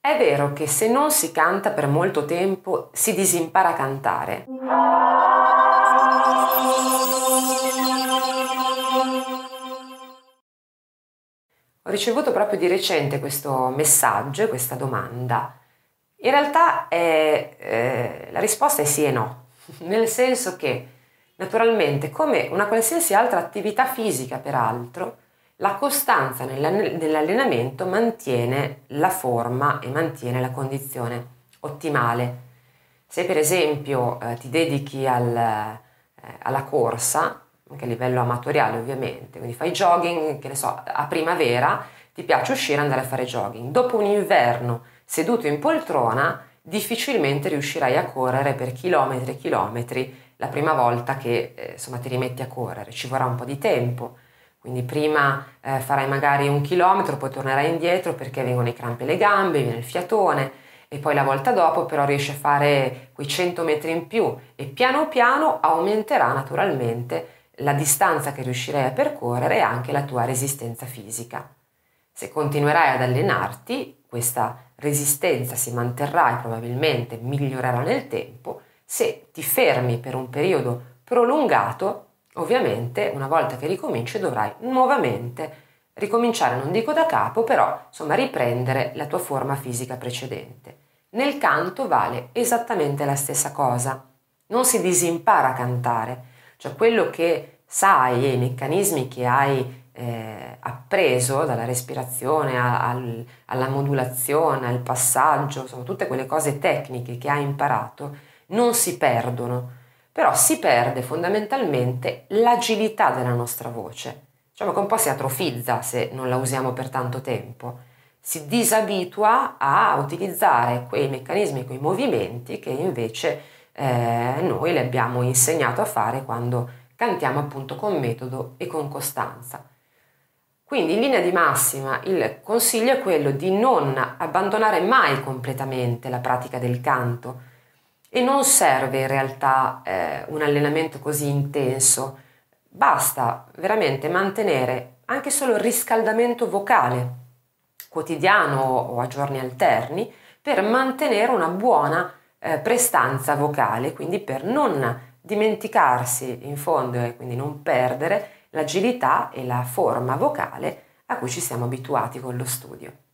È vero che se non si canta per molto tempo si disimpara a cantare. Ho ricevuto proprio di recente questo messaggio, questa domanda. In realtà la risposta è sì e no, nel senso che naturalmente come una qualsiasi altra attività fisica peraltro, la costanza nell'allenamento mantiene la forma e mantiene la condizione ottimale. Se per esempio ti dedichi alla corsa, anche a livello amatoriale ovviamente, quindi fai jogging, che ne so, a primavera ti piace uscire e andare a fare jogging, dopo un inverno seduto in poltrona difficilmente riuscirai a correre per chilometri e chilometri la prima volta che insomma ti rimetti a correre, ci vorrà un po' di tempo. Quindi prima farai magari 1 chilometro, poi tornerai indietro perché vengono i crampi alle gambe, viene il fiatone e poi la volta dopo però riesci a fare quei 100 metri in più e piano piano aumenterà naturalmente la distanza che riuscirai a percorrere e anche la tua resistenza fisica. Se continuerai ad allenarti, questa resistenza si manterrà e probabilmente migliorerà nel tempo. Se ti fermi per un periodo prolungato, ovviamente una volta che ricominci dovrai nuovamente ricominciare, non dico da capo, però insomma riprendere la tua forma fisica precedente. Nel canto vale esattamente la stessa cosa. Non si disimpara a cantare, cioè quello che sai e i meccanismi che hai appreso dalla respirazione alla modulazione, al passaggio, insomma tutte quelle cose tecniche che hai imparato non si perdono, però si perde fondamentalmente l'agilità della nostra voce. Diciamo che un po' si atrofizza se non la usiamo per tanto tempo, si disabitua a utilizzare quei meccanismi, quei movimenti che invece noi le abbiamo insegnato a fare quando cantiamo appunto con metodo e con costanza. Quindi in linea di massima il consiglio è quello di non abbandonare mai completamente la pratica del canto e non serve in realtà un allenamento così intenso, basta veramente mantenere anche solo il riscaldamento vocale quotidiano o a giorni alterni per mantenere una buona prestanza vocale, quindi per non dimenticarsi in fondo e quindi non perdere l'agilità e la forma vocale a cui ci siamo abituati con lo studio.